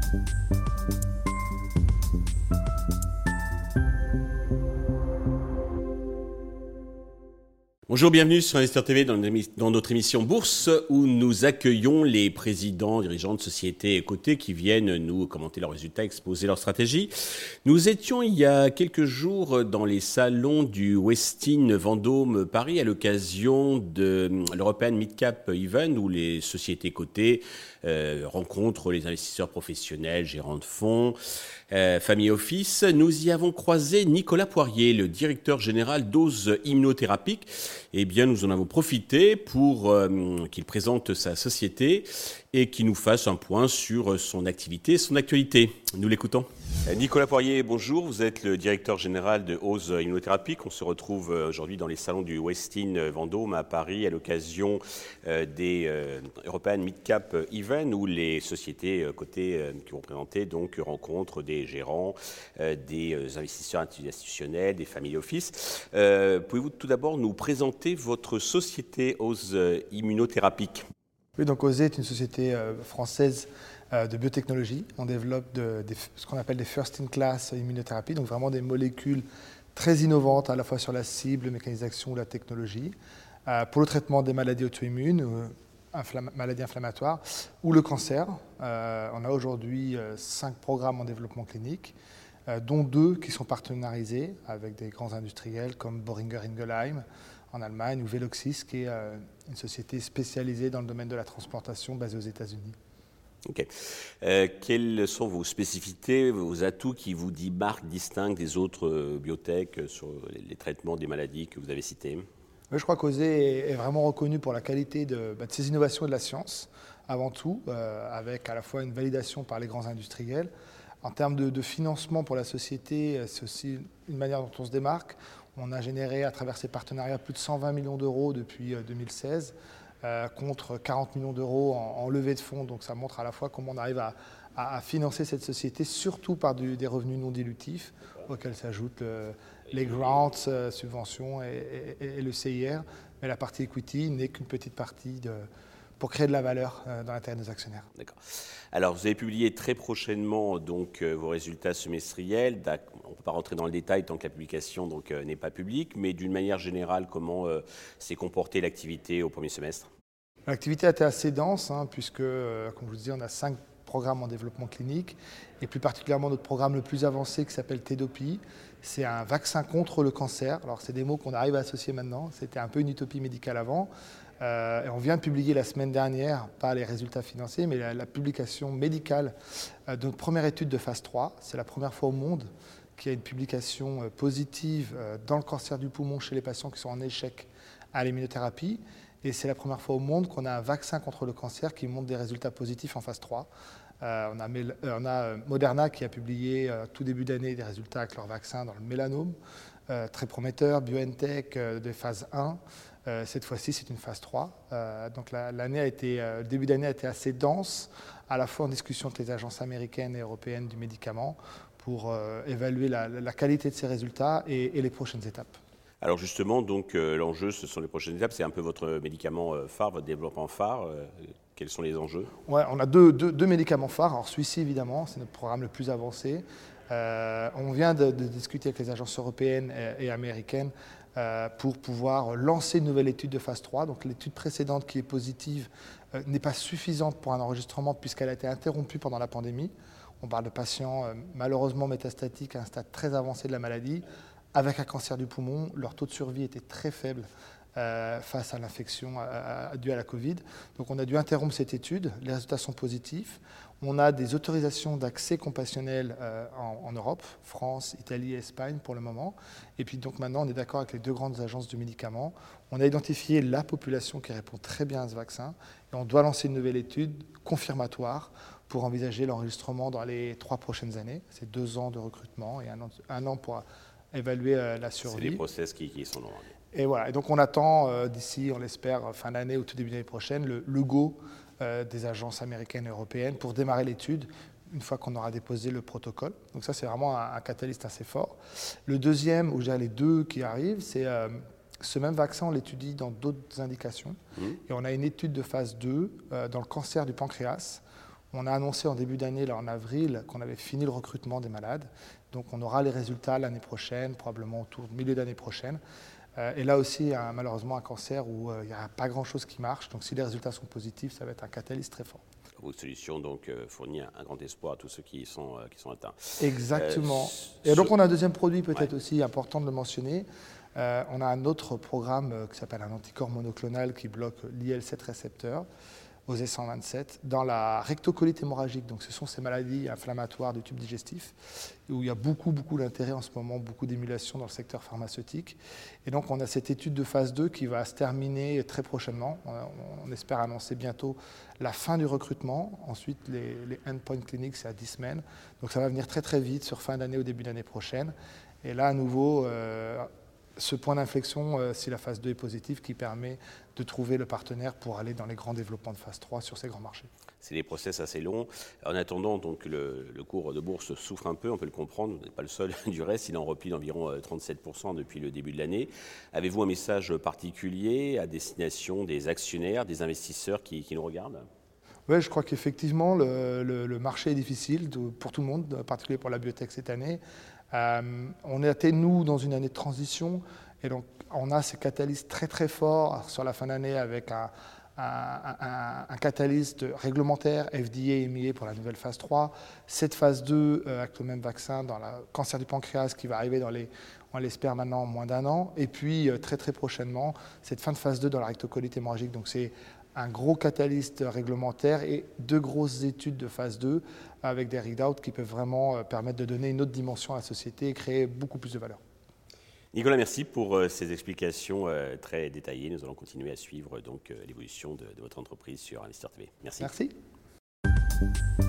Bonjour, bienvenue sur Investir TV dans notre émission Bourse où nous accueillons les présidents, dirigeants de sociétés cotées qui viennent nous commenter leurs résultats, exposer leurs stratégies. Nous étions il y a quelques jours dans les salons du Westin Vendôme Paris à l'occasion de l'European Mid-Cap Event où les sociétés cotées rencontrent les investisseurs professionnels, gérants de fonds, family office. Nous y avons croisé Nicolas Poirier, le directeur général d'Ose Immunothérapique. Eh bien, nous en avons profité pour qu'il présente sa société et qu'il nous fasse un point sur son activité, son actualité. Nous l'écoutons. Nicolas Poirier, bonjour. Vous êtes le directeur général de Ose Immunothérapique. On se retrouve aujourd'hui dans les salons du Westin Vendôme à Paris à l'occasion des European Mid-Cap Event où les sociétés cotées qui vont présenter donc rencontrent des gérants, des investisseurs institutionnels, des family office. Pouvez-vous tout d'abord nous présenter votre société Ose Immunothérapique ? Oui, donc Ose est une société française de biotechnologie. On développe ce qu'on appelle des first-in-class immunothérapies, donc vraiment des molécules très innovantes à la fois sur la cible, le mécanisme d'action ou la technologie, pour le traitement des maladies auto-immunes, maladies inflammatoires ou le cancer. On a aujourd'hui 5 programmes en développement clinique, dont 2 qui sont partenarisés avec des grands industriels comme Boehringer Ingelheim en Allemagne ou Veloxis, qui est une société spécialisée dans le domaine de la transplantation basée aux États-Unis. Ok. Quelles sont vos spécificités, vos atouts qui vous distinguent des autres biotech sur les traitements des maladies que vous avez citées ? Oui, je crois qu'Ose est vraiment reconnu pour la qualité de ses innovations et de la science, avant tout, avec à la fois une validation par les grands industriels. En termes de financement pour la société, c'est aussi une manière dont on se démarque. On a généré à travers ces partenariats plus de 120 millions d'euros depuis 2016, contre 40 millions d'euros en levée de fonds. Donc ça montre à la fois comment on arrive à financer cette société, surtout par des revenus non dilutifs, auxquels s'ajoutent les grants, subventions et le CIR. Mais la partie equity n'est qu'une petite partie pour créer de la valeur dans l'intérêt de nos actionnaires. D'accord. Alors, vous avez publié très prochainement donc, vos résultats semestriels. On ne peut pas rentrer dans le détail tant que la publication n'est pas publique, mais d'une manière générale, comment s'est comportée l'activité au premier semestre ? L'activité a été assez dense, puisque, comme je vous disais, on a 5 programmes en développement clinique, et plus particulièrement notre programme le plus avancé qui s'appelle Tedopi. C'est un vaccin contre le cancer. Alors, c'est des mots qu'on arrive à associer maintenant. C'était un peu une utopie médicale avant. Et on vient de publier la semaine dernière, pas les résultats financiers, mais la publication médicale de notre première étude de phase 3. C'est la première fois au monde qu'il y a une publication positive dans le cancer du poumon chez les patients qui sont en échec à l'immunothérapie. Et c'est la première fois au monde qu'on a un vaccin contre le cancer qui montre des résultats positifs en phase 3. On a Moderna qui a publié tout début d'année des résultats avec leur vaccin dans le mélanome, très prometteur, BioNTech de phase 1. Cette fois-ci, c'est une phase 3. Donc le début d'année a été assez dense, à la fois en discussion avec les agences américaines et européennes du médicament pour évaluer la qualité de ces résultats et les prochaines étapes. Alors justement, donc, l'enjeu, ce sont les prochaines étapes. C'est un peu votre médicament phare, votre développement phare. Quels sont les enjeux ? Ouais, on a deux médicaments phares. Alors celui-ci, évidemment, c'est notre programme le plus avancé. On vient de discuter avec les agences européennes et américaines pour pouvoir lancer une nouvelle étude de phase 3. Donc l'étude précédente qui est positive n'est pas suffisante pour un enregistrement puisqu'elle a été interrompue pendant la pandémie. On parle de patients malheureusement métastatiques à un stade très avancé de la maladie, avec un cancer du poumon. Leur taux de survie était très faible face à l'infection due à la Covid. Donc on a dû interrompre cette étude. Les résultats sont positifs. On a des autorisations d'accès compassionnel en Europe, France, Italie et Espagne pour le moment. Et puis donc maintenant, on est d'accord avec les 2 grandes agences du médicament. On a identifié la population qui répond très bien à ce vaccin. Et on doit lancer une nouvelle étude confirmatoire pour envisager l'enregistrement dans les 3 prochaines années. C'est 2 ans de recrutement et un an pour évaluer la survie. C'est les process qui sont dans. Et voilà. Et donc on attend d'ici, on l'espère, fin d'année ou tout début d'année prochaine, le go des agences américaines et européennes pour démarrer l'étude une fois qu'on aura déposé le protocole. Donc ça, c'est vraiment un catalyste assez fort. Le deuxième, où j'ai les 2 qui arrivent, c'est ce même vaccin, on l'étudie dans d'autres indications. Et on a une étude de phase 2 dans le cancer du pancréas, On a annoncé en début d'année, là en avril, qu'on avait fini le recrutement des malades. Donc on aura les résultats l'année prochaine, probablement autour du milieu d'année prochaine. Et là aussi, malheureusement, un cancer où il n'y a pas grand-chose qui marche. Donc si les résultats sont positifs, ça va être un catalyste très fort. Votre solution donc fournit un grand espoir à tous ceux qui sont atteints. Exactement. Et donc on a un deuxième produit peut-être aussi important de le mentionner. On a un autre programme qui s'appelle un anticorps monoclonal qui bloque l'IL-7 récepteur, OSE127, dans la rectocolite hémorragique. Donc ce sont ces maladies inflammatoires du tube digestif où il y a beaucoup d'intérêt en ce moment, beaucoup d'émulation dans le secteur pharmaceutique. Et donc on a cette étude de phase 2 qui va se terminer très prochainement. On espère annoncer bientôt la fin du recrutement. Ensuite, les endpoints cliniques, c'est à 10 semaines. Donc ça va venir très vite, sur fin d'année ou début d'année prochaine. Et là, à nouveau, ce point d'inflexion, si la phase 2 est positive, qui permet de trouver le partenaire pour aller dans les grands développements de phase 3 sur ces grands marchés. C'est des process assez longs. En attendant, donc, le cours de bourse souffre un peu, on peut le comprendre. Vous n'êtes pas le seul du reste. Il est en repli d'environ 37% depuis le début de l'année. Avez-vous un message particulier à destination des actionnaires, des investisseurs qui nous regardent ? Oui, je crois qu'effectivement, le marché est difficile pour tout le monde, en particulier pour la biotech cette année. On était, nous, dans une année de transition. Et donc, on a ces catalystes très forts sur la fin d'année avec un catalyste réglementaire, FDA et EMA pour la nouvelle phase 3. Cette phase 2 avec le même vaccin dans le cancer du pancréas qui va arriver on l'espère maintenant, en moins d'un an. Et puis, très prochainement, cette fin de phase 2 dans la rectocolite hémorragique. Donc, c'est un gros catalyste réglementaire et 2 grosses études de phase 2 avec des readouts qui peuvent vraiment permettre de donner une autre dimension à la société et créer beaucoup plus de valeur. Nicolas, merci pour ces explications très détaillées. Nous allons continuer à suivre donc l'évolution de votre entreprise sur Investir TV. Merci. Merci.